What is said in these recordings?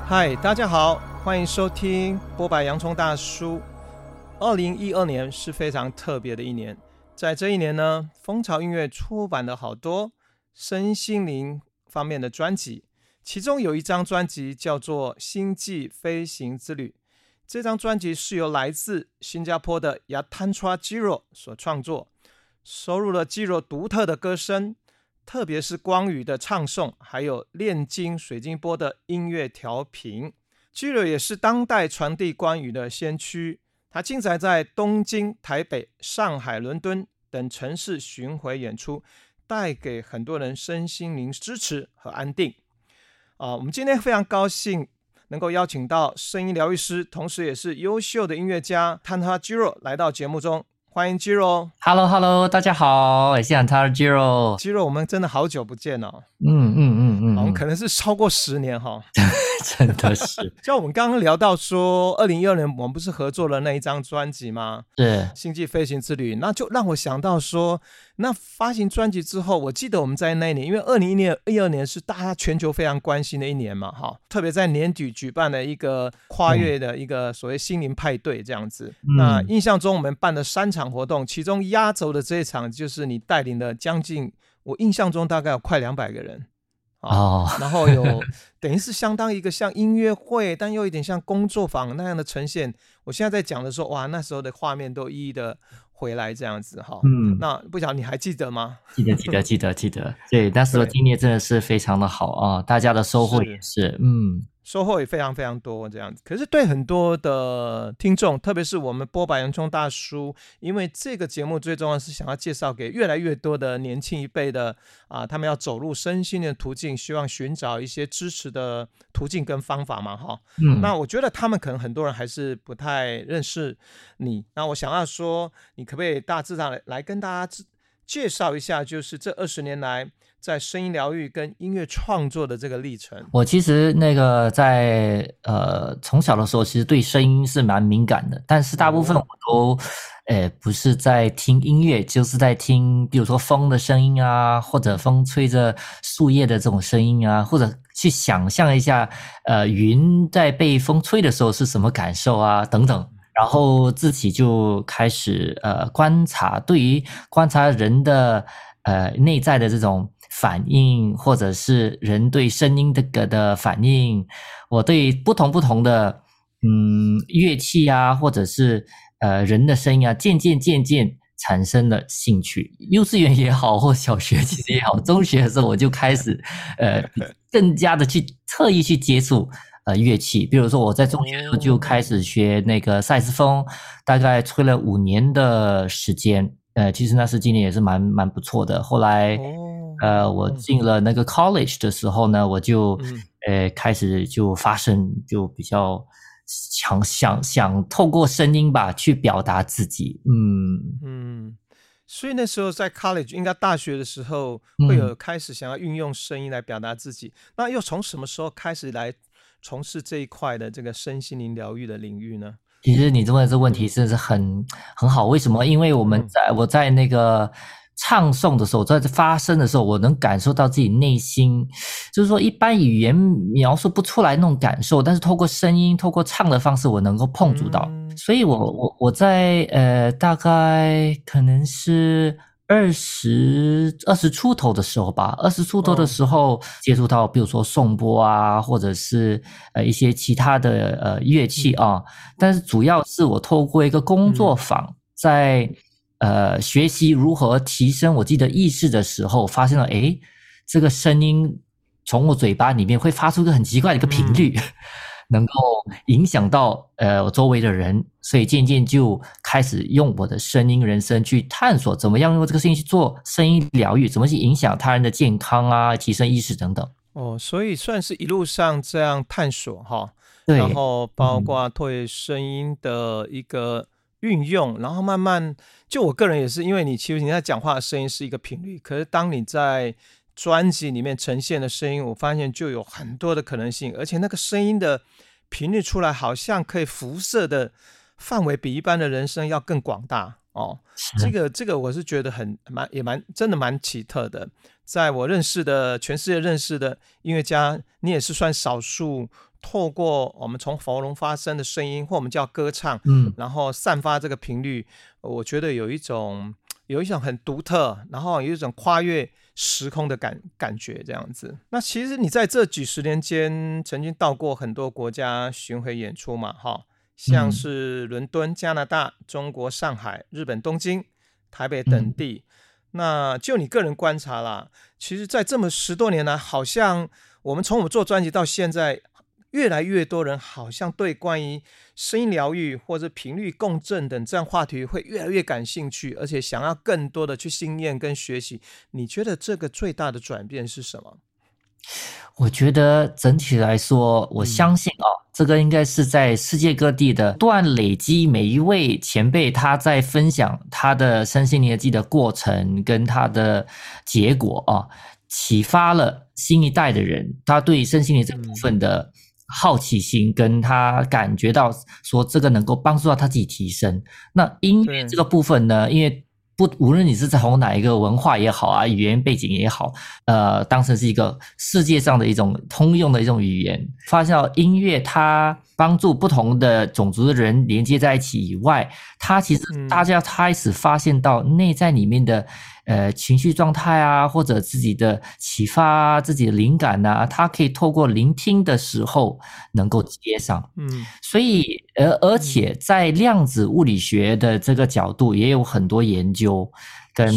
嗨，大家好，欢迎收听波白洋葱大叔。2012年是非常特别的一年，在这一年呢，风潮音乐出版了好多身心灵方面的专辑，其中有一张专辑叫做《星际飞行之旅》。这张专辑是由来自新加坡的 Yatantra Jiro 所创作，收录了 Jiro 独特的歌声，特别是光语的唱诵，还有炼金水晶波的音乐调频。Jiro 也是当代传递光语的先驱，他经常在东京、台北、上海、伦敦等城市巡回演出，带给很多人身心灵支持和安定。我们今天非常高兴能够邀请到声音疗愈师，同时也是优秀的音乐家 Yatantra Jiro 来到节目中。欢迎 Jiro。 大家好，我是 Yatantra Jiro。 Jiro， 我们真的好久不见哦。我们可能是超过10年哈。 真的是。 像我们刚刚聊到说2012年我们不是合作了那一张专辑吗？ 是星际飞行之旅。那就让我想到说，那发行专辑之后，我记得我们在那一年，因为2012年是大家全球非常关心的一年嘛，特别在年底举办了一个跨越的一个所谓心灵派对这样子。那印象中我们办了3场活动，其中压轴的这一场就是你带领了将近，我印象中大概有快200个人。然后有等于是相当一个像音乐会，但又有点像工作坊那样的呈现。我现在在讲的时候，哇，那时候的画面都一一的回来这样子哈。那不晓得你还记得吗？ 记得。对，那时候经历真的是非常的好啊，大家的收获也是收获也非常非常多这样子。可是对很多的听众，特别是我们波白洋葱大叔，因为这个节目最重要是想要介绍给越来越多的年轻一辈的他们要走入身心的途径，希望寻找一些支持的途径跟方法嘛那我觉得他们可能很多人还是不太认识你。那我想要说，你可不可以大致上来跟大家介绍一下，就是这20年来在声音疗愈跟音乐创作的这个历程？ 我其实在从小的时候其实对声音是蛮敏感的，但是大部分我都不是在听音乐，就是在听比如说风的声音啊，或者风吹着树叶的这种声音啊，或者去想象一下云在被风吹的时候是什么感受啊等等。然后自己就开始观察，对于观察人的内在的这种反应，或者是人对声音的反应，我对不同的乐器啊，或者是人的声音啊，渐渐产生了兴趣。幼稚园也好，或小学其实也好，中学的时候我就开始更加的去特意去接触乐器。比如说我在中学的时候就开始学那个萨克斯风，大概吹了5年的时间。其实那是今年也是蛮不错的。后来我进了那个 college 的时候呢，我就开始就发声，就比较想透过声音吧去表达自己。 所以那时候在 college 应该大学的时候会有开始想要运用声音来表达自己。那又从什么时候开始来从事这一块的这个身心灵疗愈的领域呢？ 其实你问的这个问题真的是很好。为什么？因为我在那个唱诵的时候，在发声的时候，我能感受到自己内心，就是说一般语言描述不出来那种感受，但是透过声音，透过唱的方式，我能够碰触到。所以我在大概可能是20出头的时候吧，20出头的时候接触到比如说颂钵啊，或者是一些其他的乐器啊。但是主要是我透过一个工作坊，在学习如何提升我自己的意识的时候，发现了这个声音从我嘴巴里面会发出一个很奇怪的一个频率，能够影响到我周围的人，所以渐渐就开始用我的声音人生去探索怎么样用这个声音去做声音疗愈，怎么去影响他人的健康啊，提升意识等等。 所以算是一路上这样探索对， 然后包括对声音的一个运用，然后慢慢就我个人也是，因为其实你在讲话的声音是一个频率，可是当你在专辑里面呈现的声音，我发现就有很多的可能性，而且那个声音的频率出来好像可以辐射的范围比一般的人声要更广大哦。这个我是觉得真的蛮奇特的。在我认识的全世界认识的音乐家，你也是算少数透过我们从喉咙发声的声音，或我们叫歌唱，然后散发这个频率，我觉得有一种很独特，然后有一种跨越时空的感觉这样子。那其实你在这几十年间曾经到过很多国家巡回演出嘛，像是伦敦、加拿大、中国上海、日本东京、台北等地。那就你个人观察啦，其实在这么10多年来，好像我们做专辑到现在，越来越多人好像对关于声音疗愈或者频率共振等这样话题会越来越感兴趣，而且想要更多的去经验跟学习。你觉得这个最大的转变是什么？ 我觉得整体来说，我相信这个应该是在世界各地的不断累积，每一位前辈他在分享他的身心灵的过程跟他的结果启发了新一代的人，他对身心灵这部分的好奇心，跟他感觉到说这个能够帮助到他自己提升。那音乐这个部分呢，因为无论你是从哪一个文化也好啊，语言背景也好，当成是一个世界上的一种通用的一种语言，发现到音乐它帮助不同的种族的人连接在一起以外，它其实大家开始发现到内在里面的情绪状态啊，或者自己的启发啊，自己的灵感啊，它可以透过聆听的时候能够接上。所以而且在量子物理学的这个角度也有很多研究跟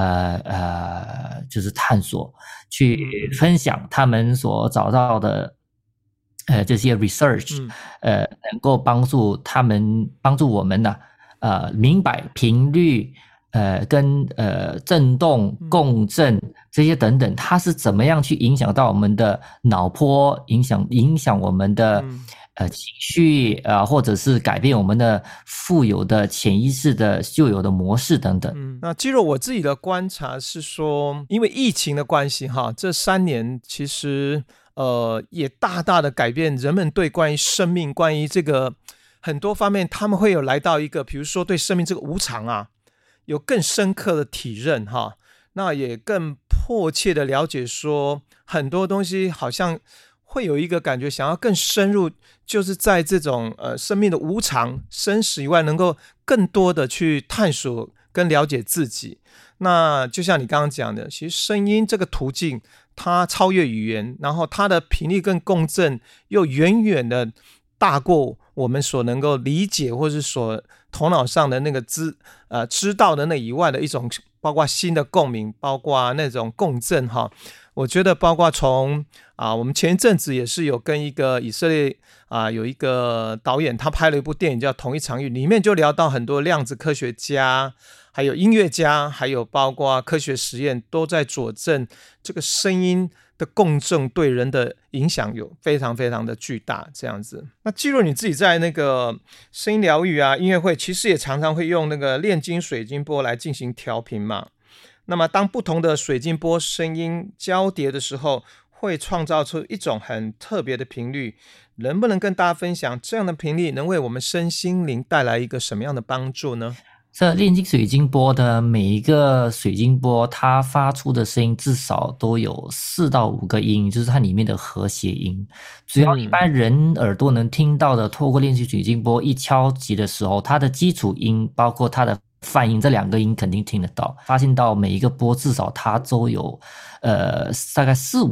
就是探索去分享他们所找到的这些 research 能够帮助我们明白频率跟振动共振这些等等，它是怎么样去影响到我们的脑波，影响我们的情绪或者是改变我们的富有的潜意识的旧有的模式等等。 那肌肉我自己的观察是说，因为疫情的关系这3年其实也大大的改变人们对关于生命，关于这个很多方面，他们会有来到一个比如说对生命这个无常有更深刻的体认那也更迫切的了解说很多东西好像会有一个感觉想要更深入，就是在这种生命的无常生死以外，能够更多的去探索跟了解自己。那就像你刚刚讲的，其实声音这个途径它超越语言，然后它的频率跟共振又远远的大过我们所能够理解或是所头脑上的那个知道的那以外的一种，包括新的共鸣，包括那种共振我觉得包括从我们前一阵子也是有跟一个以色列有一个导演，他拍了一部电影叫《同一场域》，里面就聊到很多量子科学家还有音乐家，还有包括科学实验都在佐证这个声音的共振对人的影响有非常非常的巨大这样子。那既然你自己在那个声音疗愈音乐会，其实也常常会用那个炼金水晶波来进行调频嘛。那么当不同的水晶波声音交叠的时候，会创造出一种很特别的频率，能不能跟大家分享这样的频率能为我们身心灵带来一个什么样的帮助呢？ 这炼金水晶波的每一个水晶波，它发出的声音至少都有4到5个音，就是它里面的和谐音。只要一般人耳朵能听到的，透过炼金水晶波一敲击的时候，它的基础音包括它的泛音，这2个音肯定听得到。发现到每一个波至少它都有大概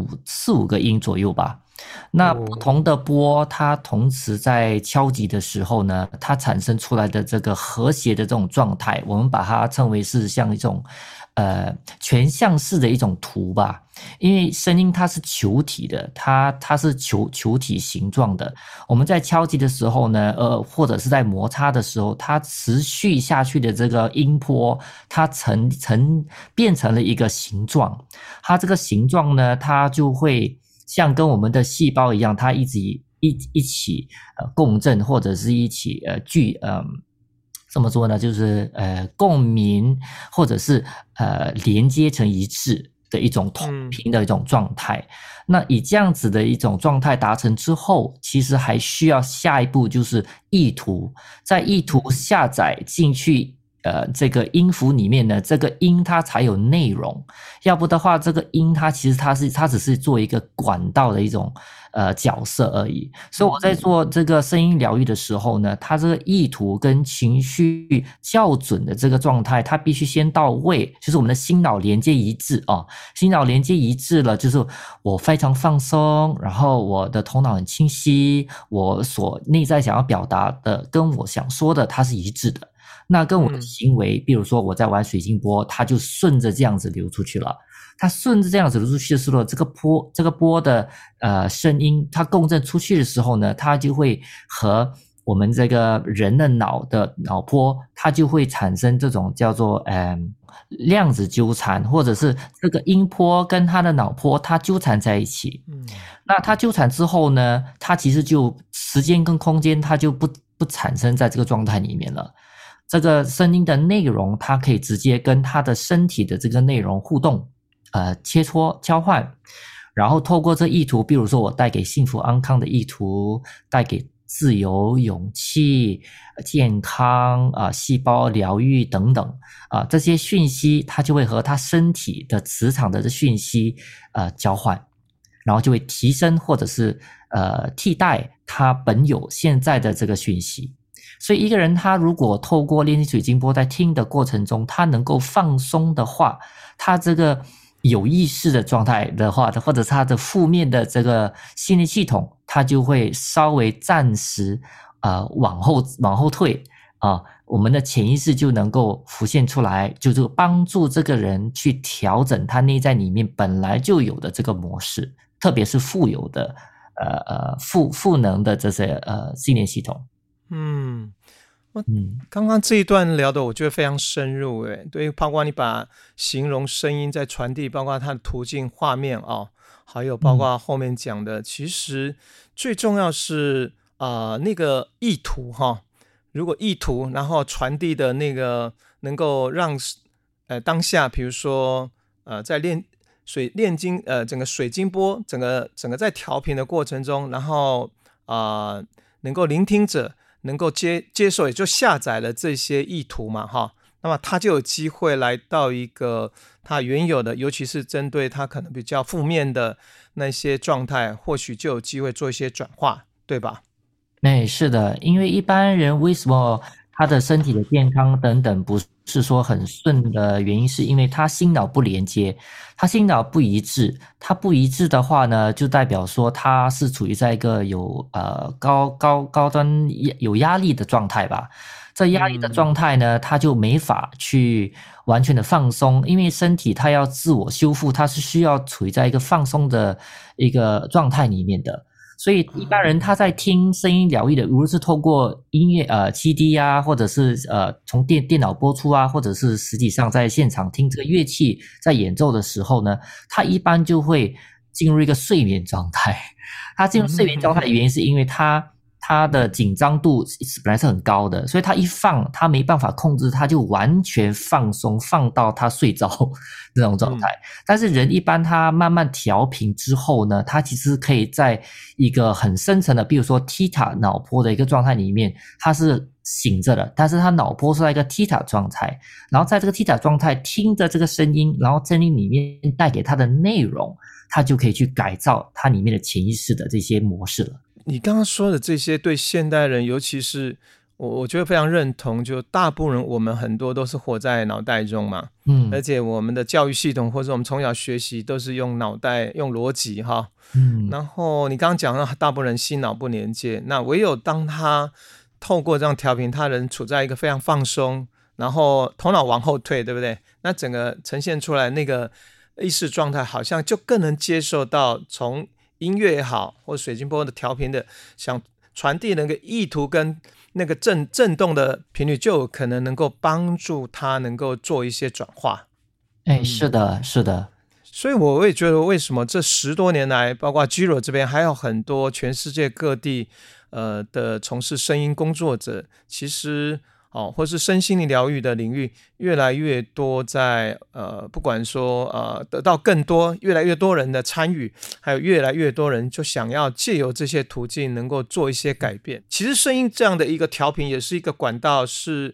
4-5个音左右吧。那不同的波它同时在敲击的时候呢，它产生出来的这个和谐的这种状态，我们把它称为是像一种全像式的一种图吧。因为声音它是球体的，它是球体形状的。我们在敲击的时候呢或者是在摩擦的时候，它持续下去的这个音波，它变成了一个形状。它这个形状呢，它就会像跟我们的细胞一样，它一起共振，或者是一起怎么说呢，就是共鸣，或者是连接成一致的一种同频的一种状态。那以这样子的一种状态达成之后，其实还需要下一步就是意图，在意图下载进去这个音符里面呢，这个音它才有内容，要不的话，这个音它其实它只是做一个管道的一种角色而已。所以我在做这个声音疗愈的时候呢，它这个意图跟情绪校准的这个状态，它必须先到位，就是我们的心脑连接一致啊，心脑连接一致了，就是我非常放松，然后我的头脑很清晰，我所内在想要表达的跟我想说的它是一致的。那跟我的行为，比如说我在玩水晶波，它就顺着这样子流出去了。它顺着这样子流出去的时候，这个波的声音，它共振出去的时候呢，它就会和我们这个人的脑波，它就会产生这种叫做量子纠缠，或者是这个音波跟它的脑波它纠缠在一起。那它纠缠之后呢，它其实就时间跟空间它就不产生在这个状态里面了。这个声音的内容，它可以直接跟它的身体的这个内容互动，切磋交换，然后透过这意图，比如说我带给幸福安康的意图，带给自由、勇气、健康细胞疗愈等等这些讯息，它就会和它身体的磁场的讯息交换，然后就会提升或者是替代它本有现在的这个讯息。所以一个人他如果透过练习水晶波在听的过程中，他能够放松的话，他这个有意识的状态的话，或者是他的负面的这个心理系统，他就会稍微暂时往后退我们的潜意识就能够浮现出来，就是帮助这个人去调整他内在里面本来就有的这个模式，特别是富有的赋能的这些信念系统。 刚刚这一段聊的我觉得非常深入对，包括你把形容声音在传递，包括它的途径画面还有包括后面讲的其实最重要是那个意图如果意图然后传递的那个能够让当下比如说在练晶整个水晶波整个在调频的过程中，然后能够聆听者能够接受，也就下载了这些意图嘛那么他就有机会来到一个他原有的，尤其是针对他可能比较负面的那些状态，或许就有机会做一些转化，对吧？ 是的，因为一般人为什么他的身体的健康等等不是说很顺的原因，是因为他心脑不连接，他心脑不一致。他不一致的话呢，就代表说他是处于在一个有高端有压力的状态吧。这压力的状态呢，他就没法去完全的放松，因为身体它要自我修复，它是需要处于在一个放松的一个状态里面的。所以一般人他在听声音疗愈的，无论是透过音乐CD 或者是从电脑播出或者是实际上在现场听这个乐器在演奏的时候呢，他一般就会进入一个睡眠状态。他进入睡眠状态的原因是因为他的紧张度本来是很高的，所以他一放他没办法控制，他就完全放松，放到他睡着这种状态。但是人一般他慢慢调频之后呢，他其实可以在一个很深层的比如说 Theta 脑波的一个状态里面，他是醒着的，但是他脑波是在一个 Theta 状态，然后在这个 Theta 状态听着这个声音，然后声音里面带给他的内容，他就可以去改造他里面的潜意识的这些模式了。 你刚刚说的这些对现代人，尤其是我觉得非常认同，就大部分人我们很多都是活在脑袋中嘛，而且我们的教育系统或者我们从小学习都是用脑袋用逻辑然后你刚刚讲到大部分人心脑不连接，那唯有当他透过这样调频，他人处在一个非常放松，然后头脑往后退，对不对？那整个呈现出来那个意识状态好像就更能接受到从音乐也好，或水晶波的调频的想传递那个意图跟那个震动的频率，就有可能能够帮助他能够做一些转化。 是的，是的。 所以我也觉得为什么这10多年来，包括 Giro 这边还有很多全世界各地的从事声音工作者，其实或是身心灵疗愈的领域越来越多在不管说得到更多越来越多人的参与，还有越来越多人就想要借由这些途径能够做一些改变。其实声音这样的一个调频也是一个管道，是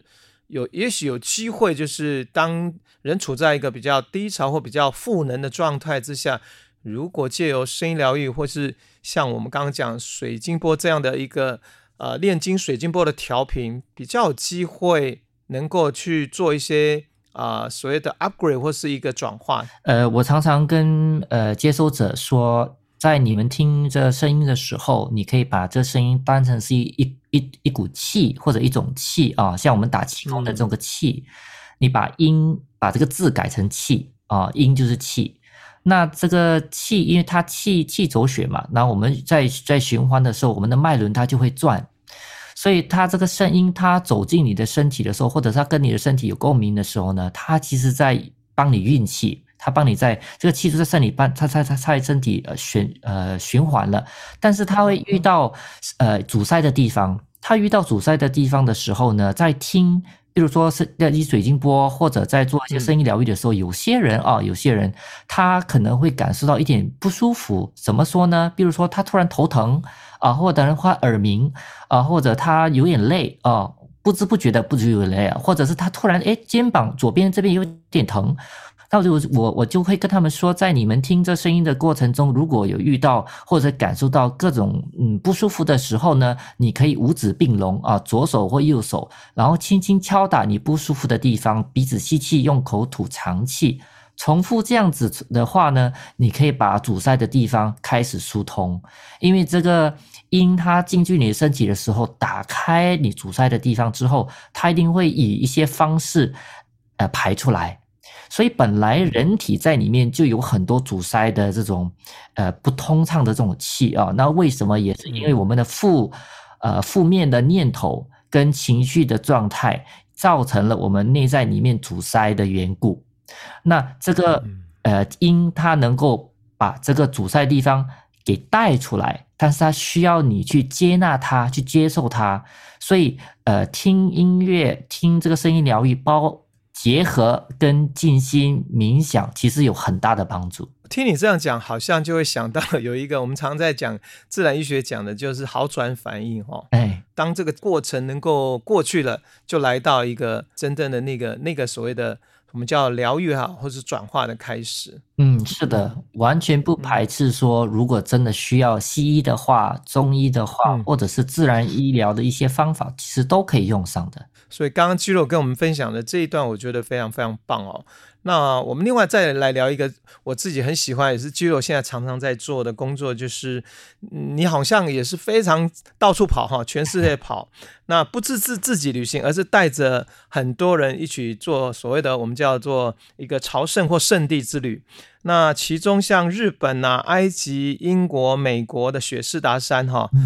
也许有机会，就是当人处在一个比较低潮或比较负能的状态之下，如果借由声音疗愈，或是像我们刚刚讲水晶波这样的一个炼金水晶波的调频，比较有机会能够去做一些所谓的 upgrade 或是一个转化。 我常常跟接收者说，在你们听这声音的时候，你可以把这声音当成是一股气或者一种气啊，像我们打气功的这个气，你把这个字改成气啊，音就是气。那这个气，因为它气走血嘛，然后我们在循环的时候，我们的脉轮它就会转。所以它这个声音，它走进你的身体的时候，或者它跟你的身体有共鸣的时候呢，它其实在帮你运气，它帮你在这个气就在身体它在身体循环了，但是它会遇到阻塞的地方。它遇到阻塞的地方的时候呢，在听，比如说是水晶波或者在做一些声音疗愈的时候，有些人他可能会感受到一点不舒服。怎么说呢？比如说他突然头疼或者他耳鸣或者他有点累不知不觉的有点累或者是他突然肩膀左边这边有点疼。那我就会跟他们说，在你们听这声音的过程中，如果有遇到或者感受到各种不舒服的时候呢，你可以五指并拢左手或右手，然后轻轻敲打你不舒服的地方，鼻子吸气，用口吐长气，重复这样子的话呢，你可以把阻塞的地方开始疏通。因为这个音它进去你的身体的时候，打开你阻塞的地方之后，它一定会以一些方式排出来。所以本来人体在里面就有很多阻塞的这种不通畅的这种气那为什么？也是因为我们的负面的念头跟情绪的状态造成了我们内在里面阻塞的缘故。那这个音它能够把这个阻塞地方给带出来，但是它需要你去接纳它，去接受它。所以听音乐，听这个声音疗愈结合跟静心冥想其实有很大的帮助。 听你这样讲，好像就会想到有一个我们常在讲自然医学讲的就是好转反应当这个过程能够过去了，就来到一个真正的那个所谓的我们叫疗愈或是转化的开始。 是的，完全不排斥说如果真的需要西医的话，中医的话或者是自然医疗的一些方法，其实都可以用上的。 所以刚刚Giro跟我们分享的这一段我觉得非常非常棒那我们另外再来聊一个我自己很喜欢，也是Giro现在常常在做的工作，就是你好像也是非常到处跑全世界跑，那不是自己旅行，而是带着很多人一起做所谓的我们叫做一个朝圣或圣地之旅。那其中像日本埃及、英国、美国的雪士达山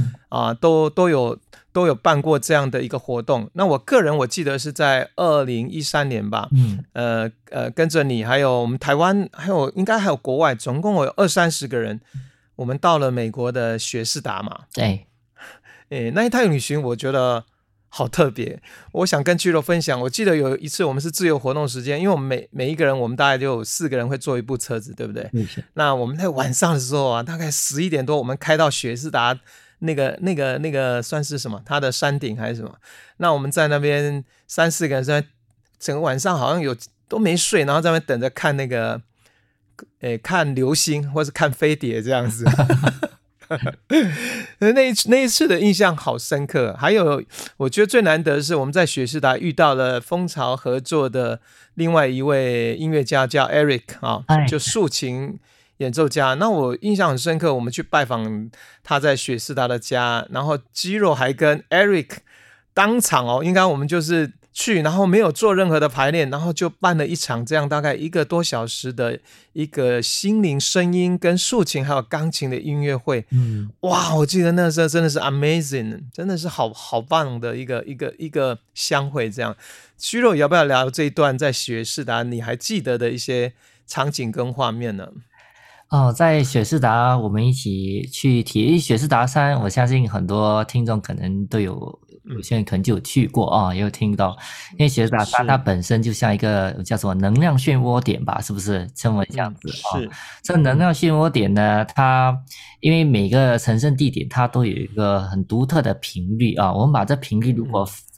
都有办过这样的一个活动。那我个人我记得是在2013年吧，跟着你还有我们台湾应该还有国外，总共有20-30个人，我们到了美国的雪士达嘛。 对， 那一趟旅行我觉得好特别，我想跟Giro分享。我记得有一次我们是自由活动时间，因为我们每一个人我们大概就有4个人会坐一部车子，对不对？那我们在晚上的时候大概11点多我们开到雪士达那个算是什么，它的山顶还是什么，那我们在那边3-4个人在整个晚上好像都没睡，然后在那边等着看看流星或是看飞碟这样子那一次的印象好深刻。还有我觉得最难得的是我们在雪士达遇到了蜂巢合作的另外一位音乐家叫 Eric 就竖琴演奏家。那我印象很深刻，我们去拜访他在雪士达的家，然后Giro还跟 Eric 当场应该我们就是去，然后没有做任何的排练，然后就办了一场这样大概1个多小时的一个心灵声音跟竖琴还有钢琴的音乐会。哇，我记得那时候真的是 amazing， 真的是好棒的一个相会。这样Giro要不要聊这一段在雪士达你还记得的一些场景跟画面呢？ 在雪士达我们一起去体验雪士达山，我相信很多听众可能都有些人可能就有去过也有听到。因为雪士达山它本身就像一个叫什么能量漩涡点吧，是不是称为这样子？ 是这个能量漩涡点呢，它因为每个神圣地点它都有一个很独特的频率我们把这频率如果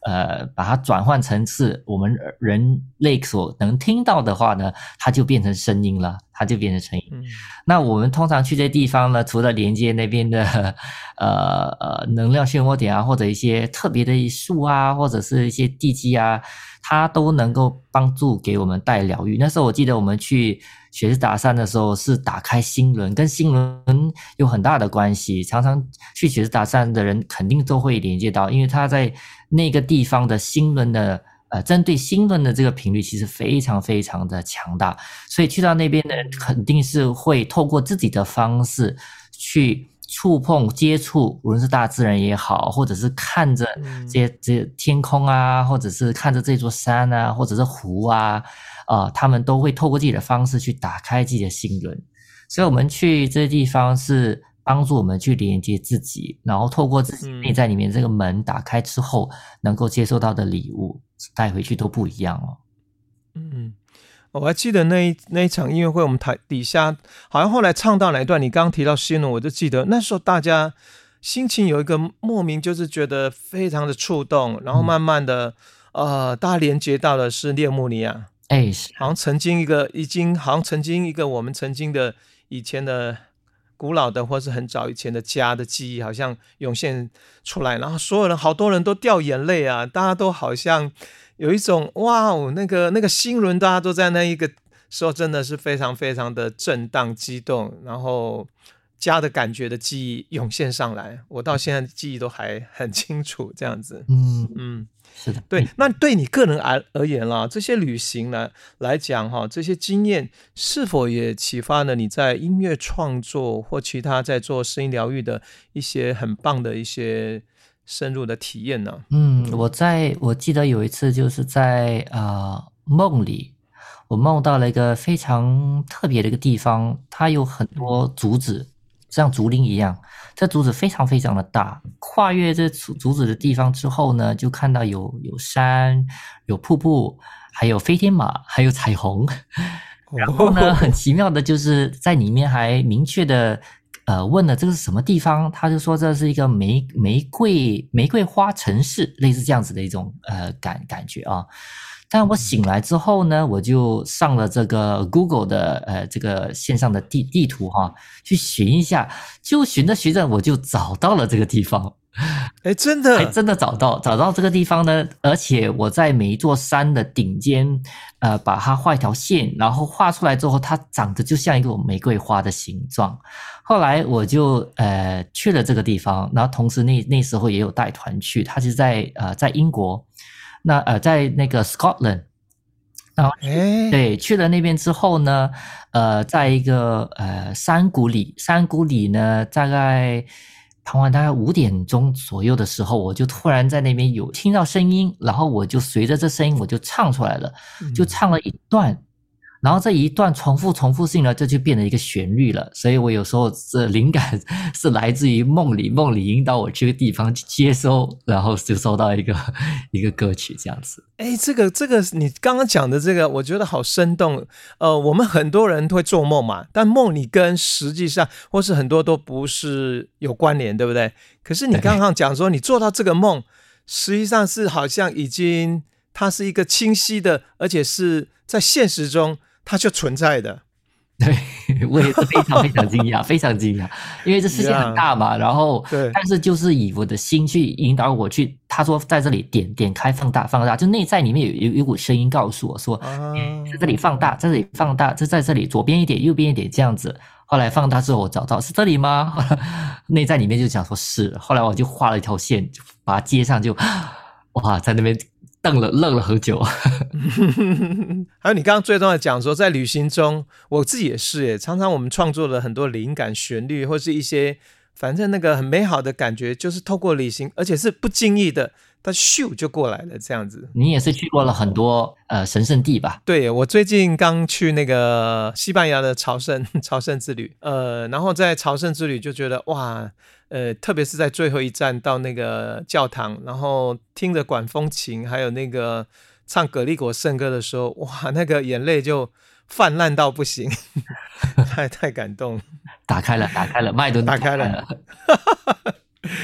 把它转换成是我们人类所能听到的话呢，它就变成声音了，它就变成声音。那我们通常去这些地方呢，除了连接那边的能量漩涡点啊，或者一些特别的树啊，或者是一些地基啊，它都能够帮助给我们带疗愈。那时候我记得我们去雪士达山的时候是打开心轮，跟心轮有很大的关系，常常去雪士达山的人肯定都会连接到，因为他在那个地方的心轮的针对心轮的这个频率其实非常非常的强大，所以去到那边的人肯定是会透过自己的方式去触碰接触，无论是大自然也好，或者是看着这些天空啊，或者是看着这座山啊，或者是湖啊，他们都会透过自己的方式去打开自己的心轮。所以我们去这些地方是帮助我们去连接自己，然后透过自己内在里面这个门打开之后，能够接受到的礼物带回去都不一样哦。 我还记得那一场音乐会，我们台底下好像后来唱到哪一段，你刚刚提到新闻，我就记得那时候大家心情有一个莫名就是觉得非常的触动，然后慢慢的大家连接到的是列穆尼亚，好像曾经一个我们曾经的以前的古老的或是很早以前的家的记忆好像涌现出来，然后所有人好多人都掉眼泪啊，大家都好像有一种哇哦，那个心轮大家都在那一个时候真的是非常非常的震荡激动，然后家的感觉的记忆涌现上来，我到现在记忆都还很清楚这样子。 是的， 对。那对你个人而言啦，这些旅行来讲哈，这些经验是否也启发了你在音乐创作或其他在做声音疗愈的一些很棒的一些深入的体验呢？ 我记得有一次就是在梦里，我梦到了一个非常特别的一个地方，它有很多竹子，像竹林一样，这竹子非常非常的大，跨越这竹子的地方之后呢，就看到有山，有瀑布，还有飞天马，还有彩虹。然后呢，很奇妙的就是在里面还明确的问了这个是什么地方，他就说这是一个玫瑰花城市，类似这样子的一种感觉啊。但我醒来之后呢，我就上了这个 Google 的这个线上的地图哈，去寻一下，就寻着我就找到了这个地方。 真的找到这个地方呢，而且我在每一座山的顶尖把它画一条线，然后画出来之后它长得就像一个玫瑰花的形状。后来我就去了这个地方，然后同时那时候也有带团去，他是在英国，那在那个 Scotland， 然后对，去了那边之后呢，在一个山谷里呢，大概傍晚大概5点钟左右的时候，我就突然在那边有听到声音，然后我就随着这声音我就唱出来了，就唱了一段，然后这一段重复性呢，这就变成一个旋律了。所以我有时候这灵感是来自于梦里引导我去个地方去接收，然后就收到一个歌曲这样子。 这个你刚刚讲的这个我觉得好生动。我们很多人会做梦嘛，但梦里跟实际上或是很多都不是有关联，对不对？可是你刚刚讲说你做到这个梦，实际上是好像已经它是一个清晰的，而且是在现实中它就存在的。 对，我也是非常非常惊讶非常惊讶，因为这世界很大嘛，然后但是就是以我的心去引导我去，他说在这里点开放大，就内在里面有一股声音告诉我说，在这里放大，在这里放大，在这里左边一点右边一点这样子。后来放大之后我找到是这里吗？内在里面就讲说是，后来我就画了一条线把它接上，就哇在那边愣了很久。 还有你刚刚最重要的讲说，在旅行中，我自己也是耶，常常我们创作了很多灵感旋律或是一些反正那个很美好的感觉，就是透过旅行，而且是不经意的，它咻就过来了这样子。 你也是去过了很多神圣地吧？ 对，我最近刚去那个西班牙的朝圣之旅，然后在朝圣之旅就觉得哇，特别是在最后一站到那个教堂，然后听着管风琴，还有那个唱葛利果圣歌的时候，哇，那个眼泪就泛滥到不行，太感动， 打开了，麦顿打开了。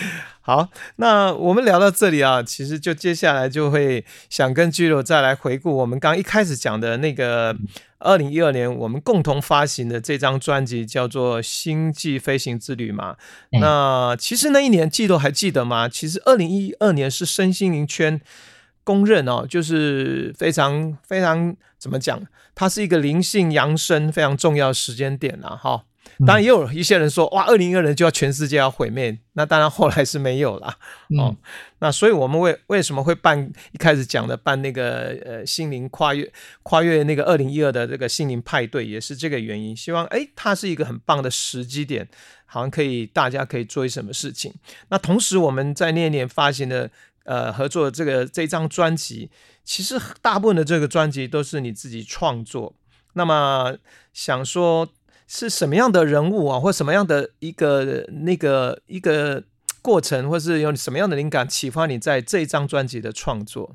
好，那我们聊到这里啊，其实就接下来就会想跟Giro再来回顾我们刚一开始讲的那个2012年我们共同发行的这张专辑，叫做《星际飞行之旅》嘛。那其实那一年Giro还记得吗？其实2012年是身心灵圈公认哦，就是非常非常怎么讲，它是一个灵性扬升非常重要的时间点啦哈。当然也有一些人说，哇，2012年就要全世界要毁灭，那当然后来是没有啦。那所以我们为什么会一开始讲的办那个心灵跨越那个2012的这个心灵派对，也是这个原因，希望它是一个很棒的时机点，好像大家可以做什么事情。那同时我们在那年发行的合作的这张专辑，其实大部分的这个专辑都是你自己创作。那么想说是什么样的人物啊，或什么样的一个过程，或是有什么样的灵感启发你在这一张专辑的创作？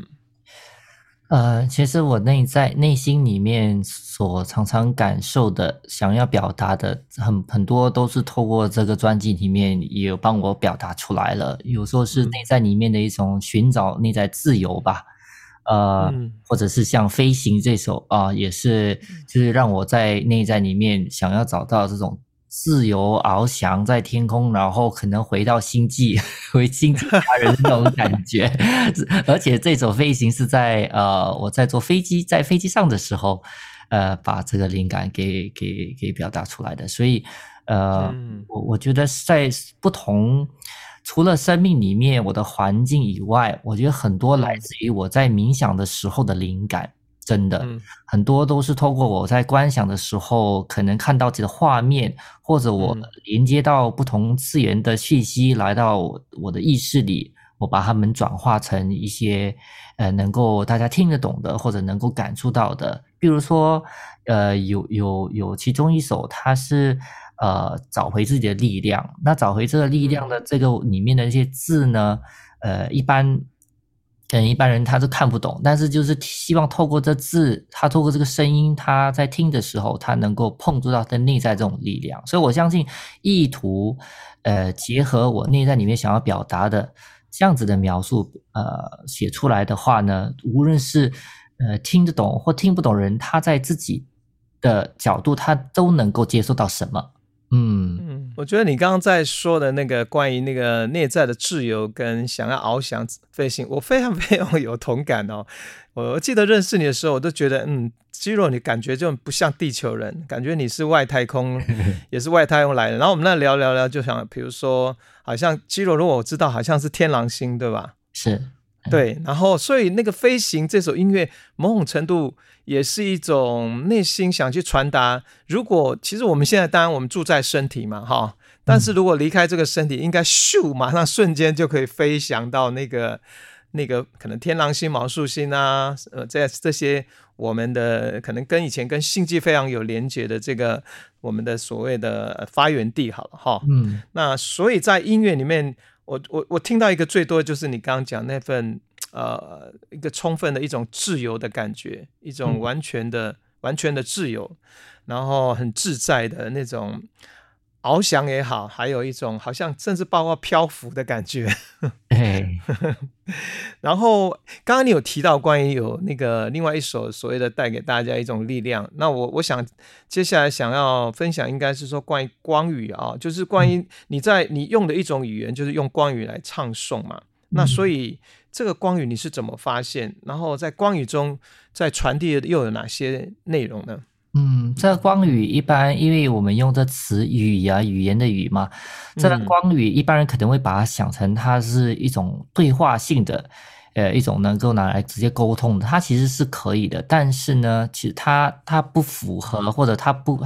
其实我内心里面所常常感受的，想要表达的很多都是透过这个专辑里面也有帮我表达出来了。有时候是内在里面的一种寻找内在自由吧，或者是像飞行这首也是就是让我在内在里面想要找到这种自由翱翔在天空，然后可能回星际大人的那种感觉。而且这首飞行是在我在飞机上的时候把这个灵感给表达出来的。所以我觉得在不同除了生命里面我的环境以外，我觉得很多来自于我在冥想的时候的灵感，真的很多都是透过我在观想的时候可能看到这个画面，或者我连接到不同次元的气息来到我的意识里，我把它们转化成一些能够大家听得懂的，或者能够感触到的。比如说有其中一首它是找回自己的力量，那找回这个力量的这个里面的一些字呢，可能一般人他是看不懂，但是就是希望透过这字，他透过这个声音，他在听的时候，他能够碰触到他内在这种力量。所以我相信意图结合我内在里面想要表达的这样子的描述写出来的话呢，无论是听得懂或听不懂人，他在自己的角度他都能够接受到什么。 我觉得你刚刚在说的那个关于那个内在的自由跟想要翱翔飞行，我非常非常有同感哦。我记得认识你的时候，我都觉得Giro你感觉就不像地球人，感觉你是外太空也是外太空来的。然后我们那聊就想，比如说好像Giro如果我知道好像是天狼星对吧？ 是对，然后所以那个飞行这首音乐某种程度也是一种内心想去传达，如果其实我们现在当然我们住在身体嘛但是如果离开这个身体，应该咻马上瞬间就可以飞翔到那个可能天狼星、昴宿星啊，这些我们的可能跟以前跟星际非常有连结的这个我们的所谓的发源地好了那所以在音乐里面我听到一个最多的就是你刚刚讲那份一个充分的一种自由的感觉，一种完全的自由，然后很自在的那种翱翔也好，还有一种好像甚至包括漂浮的感觉然后刚刚你有提到关于有那个另外一首所谓的带给大家一种力量，那我想接下来想要分享应该是说关于光语就是关于你用的一种语言，就是用光语来唱诵嘛那所以这个光语你是怎么发现，然后在光语中在传递的又有哪些内容呢？ 这个光语一般因为我们用这词语言的语嘛，这个光语一般人可能会把它想成它是一种对话性的一种能够拿来直接沟通的，它其实是可以的，但是呢其实它不符合，或者它不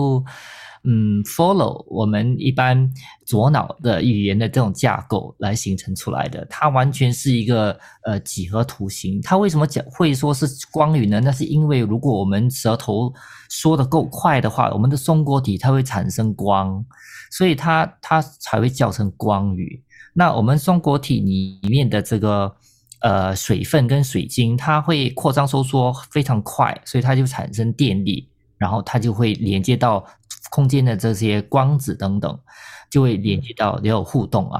follow 我们一般左脑的语言的这种架构来形成出来的，它完全是一个几何图形。它为什么会说是光语呢？那是因为如果我们舌头说得够快的话，我们的松果体它会产生光，所以它才会叫成光语。那我们松果体里面的这个水分跟水晶，它会扩张收缩非常快，所以它就产生电力，然后它就会连接到空间的这些光子等等，就会连接到也有互动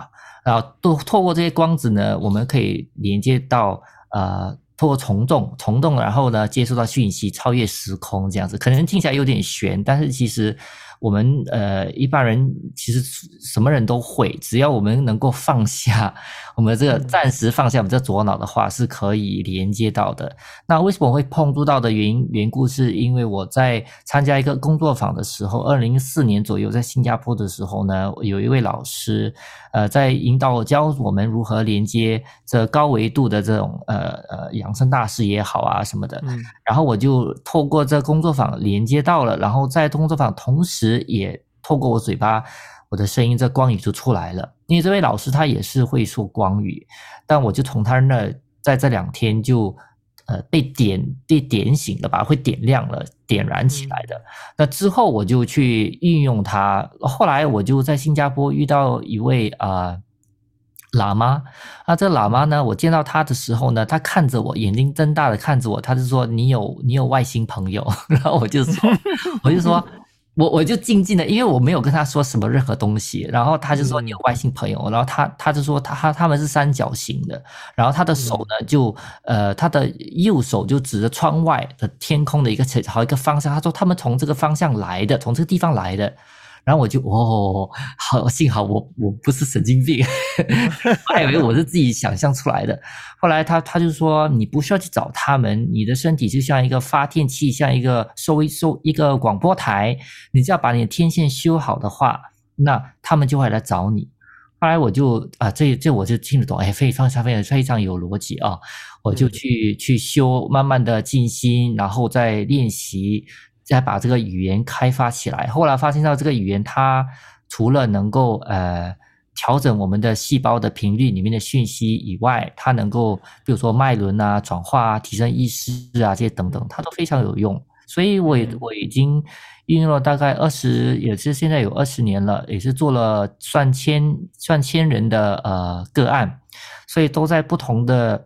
然后透过这些光子呢，我们可以连接到透过虫洞，然后呢接收到讯息，超越时空这样子，可能听起来有点玄，但是其实我们一般人其实什么人都会，只要我们能够放下我们这个暂时放下我们这左脑的话，是可以连接到的。那为什么会碰触到的缘故，是因为我在参加一个工作坊的时候，2014年左右在新加坡的时候呢，有一位老师在教我们如何连接这高维度的这种养生大师也好啊什么的，然后我就透过这工作坊连接到了，然后在工作坊同时也透过我嘴巴我的声音这光语就出来了。因为这位老师他也是会说光语，但我就从他那在这2天就被点醒了吧，会点亮了，点燃起来的。那之后我就去运用它，后来我就在新加坡遇到一位喇嘛。这喇嘛呢，我见到他的时候呢，他看着我，眼睛睁大的看着我，他就说你有外星朋友。然后我就说我就静静的，因为我没有跟他说什么任何东西，然后他就说你有外星朋友，然后他就说他们是三角形的，然后他的手呢就他的右手就指着窗外的天空的一个方向，他说他们从这个方向来的，从这个地方来的。然后我就好，幸好我不是神经病，我还以为我是自己想象出来的。后来他就说你不需要去找他们，你的身体就像一个发电器，像一个一个广播台，你只要把你的天线修好的话，那他们就会来找你。后来我就这我就听得懂，非常有逻辑啊，我就去修，慢慢的静心，然后再练习，再把这个语言开发起来。后来发现到这个语言它除了能够调整我们的细胞的频率里面的讯息以外，它能够比如说脉轮啊、转化啊、提升意识啊这些等等，它都非常有用。所以我已经运用了大概也是现在有20年了，也是做了算千人的个案，所以都在不同的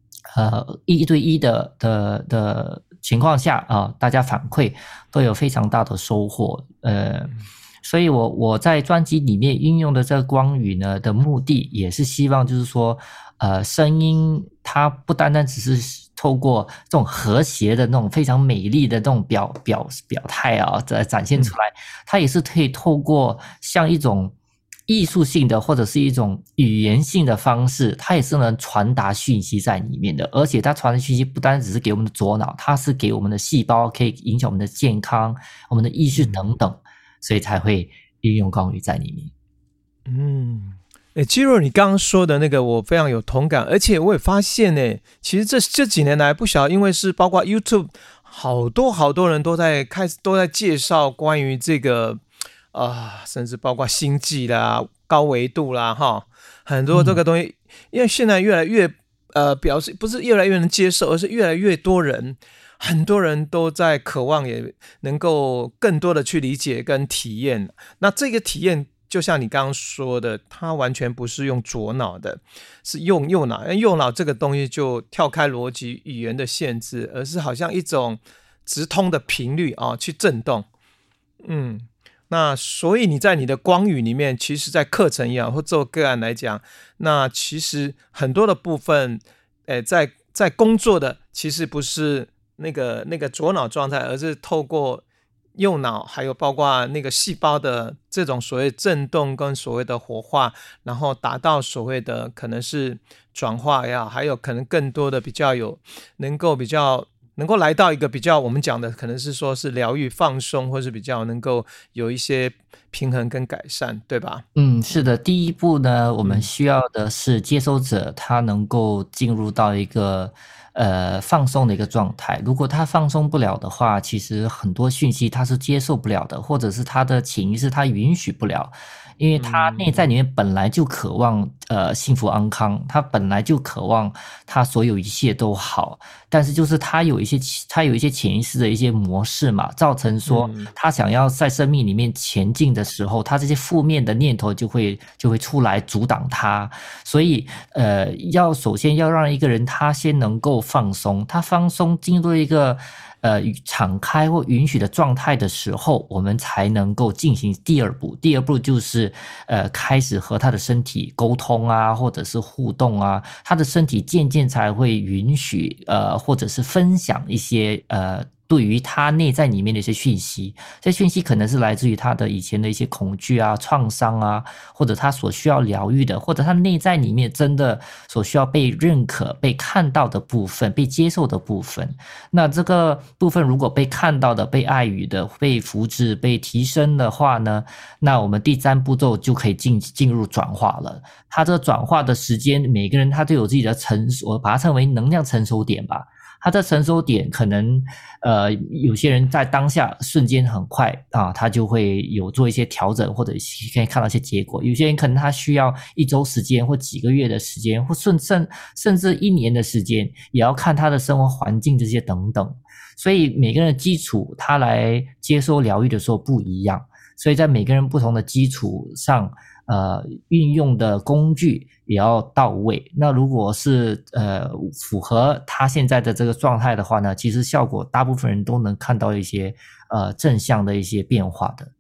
1对1的情况下大家反馈都有非常大的收获。所以我在专辑里面运用的这个光语呢的目的，也是希望就是说声音它不单单只是透过这种和谐的那种非常美丽的这种表态展现出来，它也是可以透过像一种艺术性的或者是一种语言性的方式，它也是能传达讯息在里面的。而且它传达讯息不单只是给我们的左脑，它是给我们的细胞，可以影响我们的健康、我们的意识等等，所以才会运用光语在里面。 肌肉，你刚刚说的那个我非常有同感，而且我也发现其实这几年来不晓得，因为是包括 YouTube 好多人都在介绍关于这个甚至包括星际啦、高维度啦很多这个东西，因为现在越来越表示不是越来越能接受，而是越来越多人，很多人都在渴望也能够更多的去理解跟体验。那这个体验就像你刚刚说的，它完全不是用左脑的，是用右脑。右脑这个东西就跳开逻辑语言的限制，而是好像一种直通的频率去震动。那所以你在你的光语里面，其实在课程也好或做个案来讲，那其实很多的部分在工作的其实不是那个左脑状态，而是透过右脑还有包括那个细胞的这种所谓震动跟所谓的活化，然后达到所谓的可能是转化也好，还有可能更多的比较能够来到一个比较我们讲的可能是说是疗愈放松，或是比较能够有一些平衡跟改善，对吧？ 是的，第一步呢，我们需要的是接收者他能够进入到一个放松的一个状态。如果他放松不了的话，其实很多讯息他是接受不了的，或者是他的潜意识他允许不了，因为他内在里面本来就渴望幸福安康，他本来就渴望他所有一切都好，但是就是他有一些潜意识的一些模式嘛，造成说他想要在生命里面前进的时候，他这些负面的念头就会出来阻挡他。所以首先要让一个人他先能够放松，他放松进入一个敞开或允许的状态的时候，我们才能够进行第二步。第二步就是开始和他的身体沟通。 通啊，或者是互动啊，他的身体渐渐才会允许或者是分享一些对于他内在里面的一些讯息，这些讯息可能是来自于他的以前的一些恐惧啊、创伤啊，或者他所需要疗愈的，或者他内在里面真的所需要被认可、被看到的部分、被接受的部分。那这个部分如果被看到的、被爱语的、被扶持、被提升的话呢，那我们第3步骤就可以进入转化了。它这个转化的时间，每个人他都有自己的我把它称为能量成熟点吧。它的成熟点可能有些人在当下瞬间很快啊，他就会有做一些调整，或者可以看到一些结果。有些人可能他需要1周时间，或几个月的时间，或甚至1年的时间，也要看他的生活环境这些等等。所以每个人的基础他来接收疗愈的时候不一样，所以在每个人不同的基础上运用的工具也要到位。那如果是符合他现在的这个状态的话呢，其实效果大部分人都能看到一些正向的一些变化的。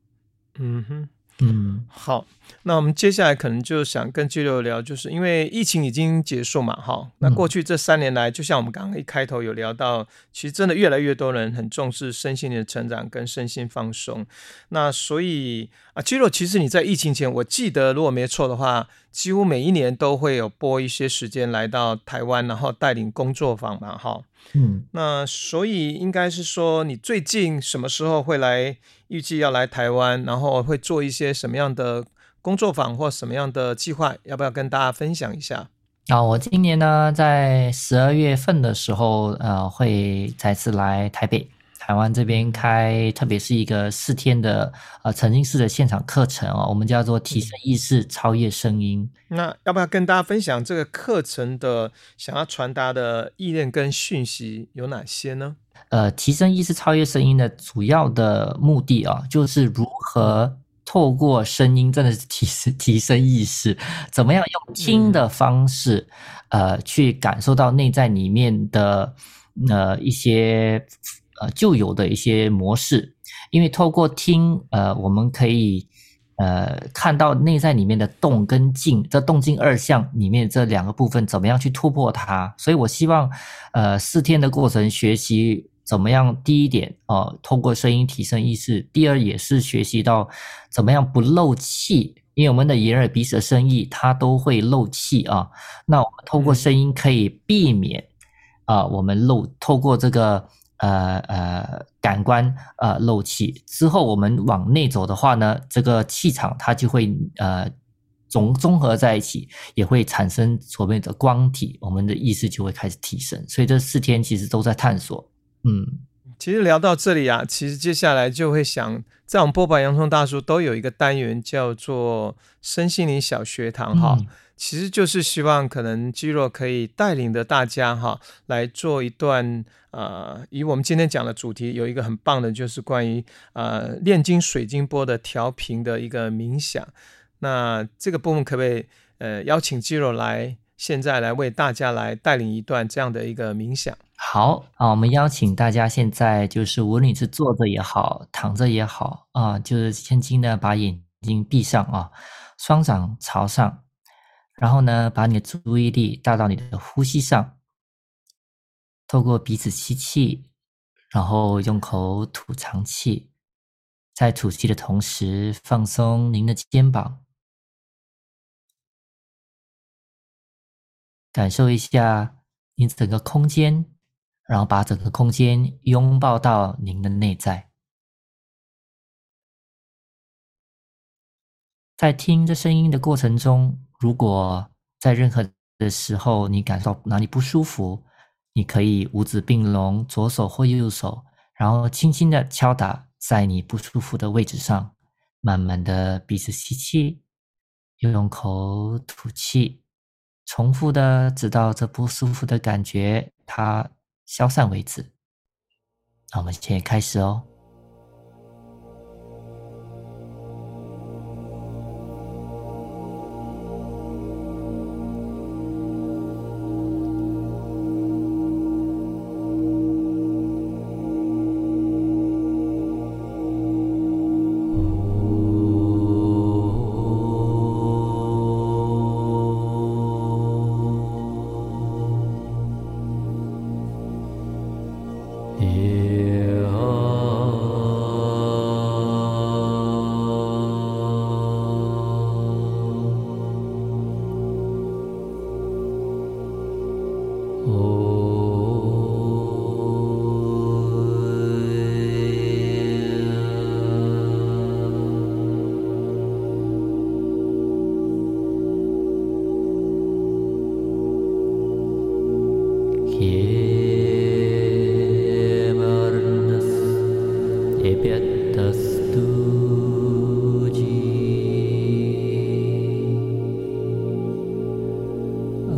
好，那我们接下来可能就想跟Gilio聊，就是因为疫情已经结束嘛，那过去这3年来，就像我们刚刚一开头有聊到，其实真的越来越多人很重视身心灵的成长跟身心放松。那所以Gilio，其实你在疫情前，我记得如果没错的话，几乎每一年都会有拨一些时间来到台湾，然后带领工作坊嘛，那所以应该是说你最近什么时候会来，预计要来台湾，然后会做一些什么样的工作坊或什么样的计划，要不要跟大家分享一下？ 我今年呢在12月份的时候会再次来台湾这边开，特别是一个4天的沉浸式的现场课程我们叫做提升意识，超越声音。 那要不要跟大家分享这个课程的想要传达的意念跟讯息有哪些呢？ 提升意识，超越声音的主要的目的就是如何透过声音，真的是提升意识，怎么样用听的方式去感受到内在里面的一些旧有的一些模式。因为透过听我们可以看到内在里面的动跟静，这动静2项里面这2个部分怎么样去突破它。所以我希望4天的过程学习怎么样，第一点透过声音提升意识，第二也是学习到怎么样不漏气，因为我们的眼耳鼻舌身意它都会漏气那我们透过声音可以避免我们透过这个感官漏气之后，我们往内走的话呢，这个气场它就会综合在一起，也会产生所谓的光体，我们的意识就会开始提升。所以这4天其实都在探索。 其实聊到这里其实接下来就会想，在我们波柏洋葱大叔都有一个单元叫做身心灵小学堂其实就是希望可能Gilio可以带领着大家来做一段以我们今天讲的主题有一个很棒的，就是关于炼金水晶波的调频的一个冥想。那这个部分可不可以邀请Gilio来现在来为大家来带领一段这样的一个冥想？ 好我们邀请大家现在就是无论你是坐着也好，躺着也好就是轻轻的把眼睛闭上双掌朝上，然后呢把你的注意力带到你的呼吸上，透过鼻子吸气，然后用口吐长气，在吐气的同时放松您的肩膀，感受一下您整个空间，然后把整个空间拥抱到您的内在。在听这声音的过程中，如果在任何的时候你感到哪里不舒服，你可以五指并拢，左手或右手，然后轻轻的敲打在你不舒服的位置上，慢慢的鼻子吸气，又用口吐气，重复的直到这不舒服的感觉它消散为止。那我们现在开始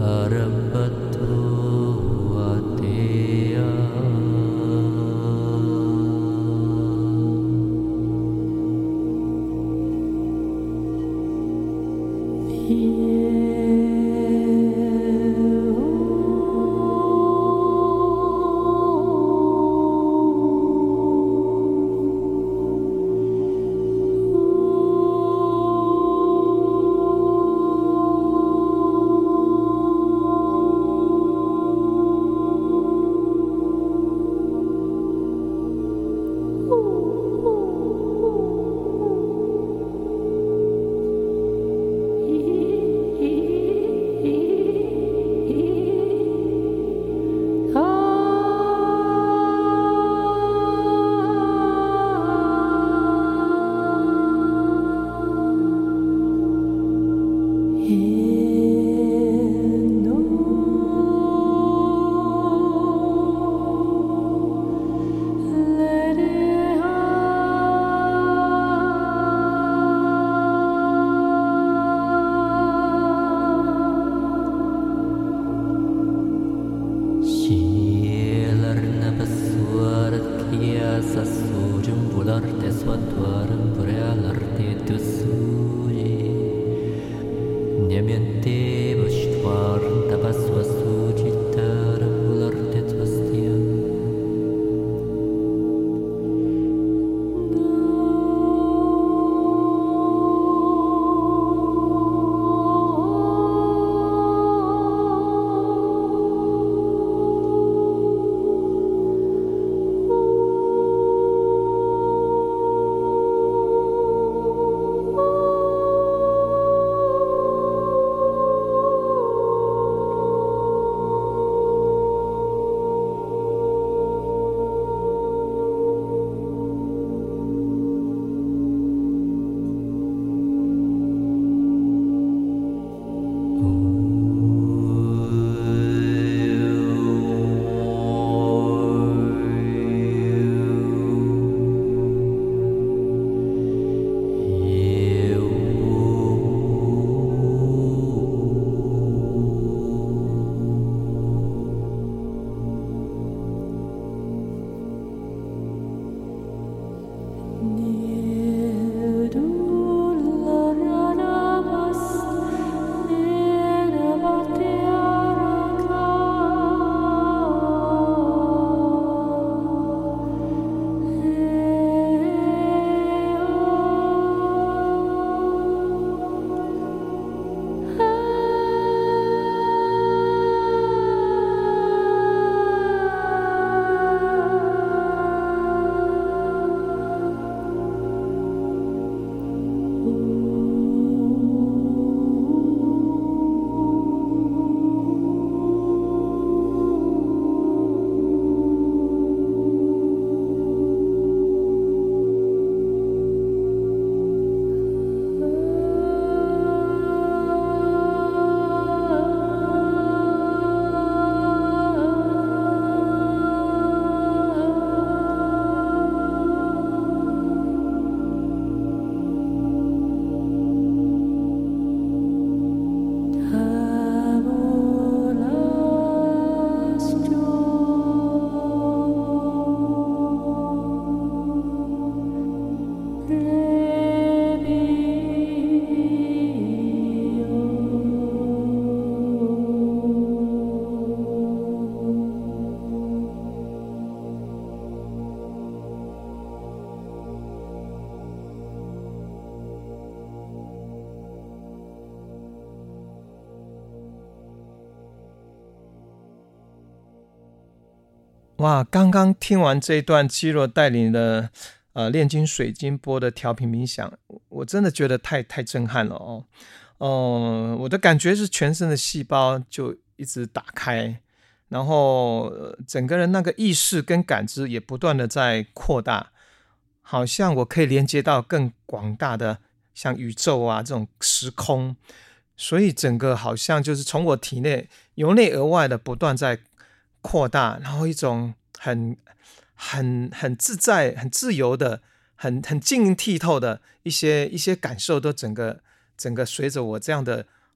哇，刚刚听完这一段基若带领的炼金水晶波的调频冥想，我真的觉得太震撼了哦。我的感觉是全身的细胞就一直打开，然后整个人那个意识跟感知也不断的在扩大，好像我可以连接到更广大的像宇宙啊这种时空，所以整个好像就是从我体内由内而外的不断在扩大，然后一种很自在、很自由的、很晶莹剔透的一些感受，都整个随着我这样的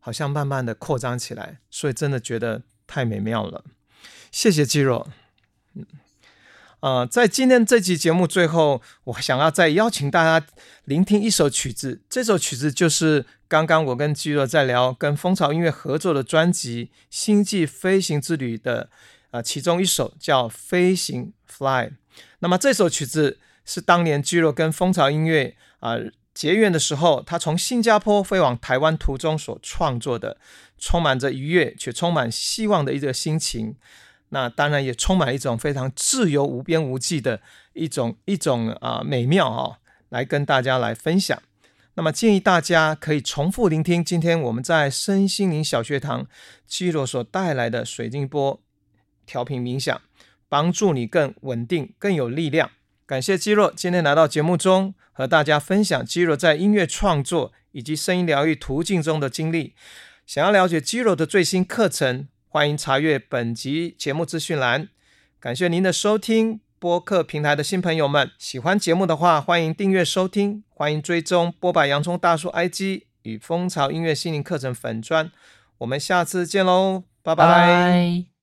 好像慢慢的扩张起来，所以真的觉得太美妙了。谢谢肌肉。在今天这期节目最后，我想要再邀请大家聆听一首曲子，这首曲子就是刚刚我跟肌肉在聊跟蜂巢音乐合作的专辑《星际飞行之旅》的其中一首叫《飞行 Fly》。那么这首曲子是当年肌肉跟蜂巢音乐结缘的时候，他从新加坡飞往台湾途中所创作的，充满着愉悦却充满希望的一个心情。那当然也充满一种非常自由无边无际的一种美妙来跟大家来分享。那么建议大家可以重复聆听今天我们在身心灵小学堂肌肉所带来的水晶波调频冥想，帮助你更稳定更有力量。感谢肌肉今天来到节目中和大家分享肌肉在音乐创作以及声音疗愈途径中的经历。想要了解肌肉的最新课程，欢迎查阅本集节目资讯栏。感谢您的收听，播客平台的新朋友们，喜欢节目的话，欢迎订阅收听，欢迎追踪波霸洋葱大叔 IG 与蜂巢音乐心灵课程粉专。我们下次见喽，拜拜。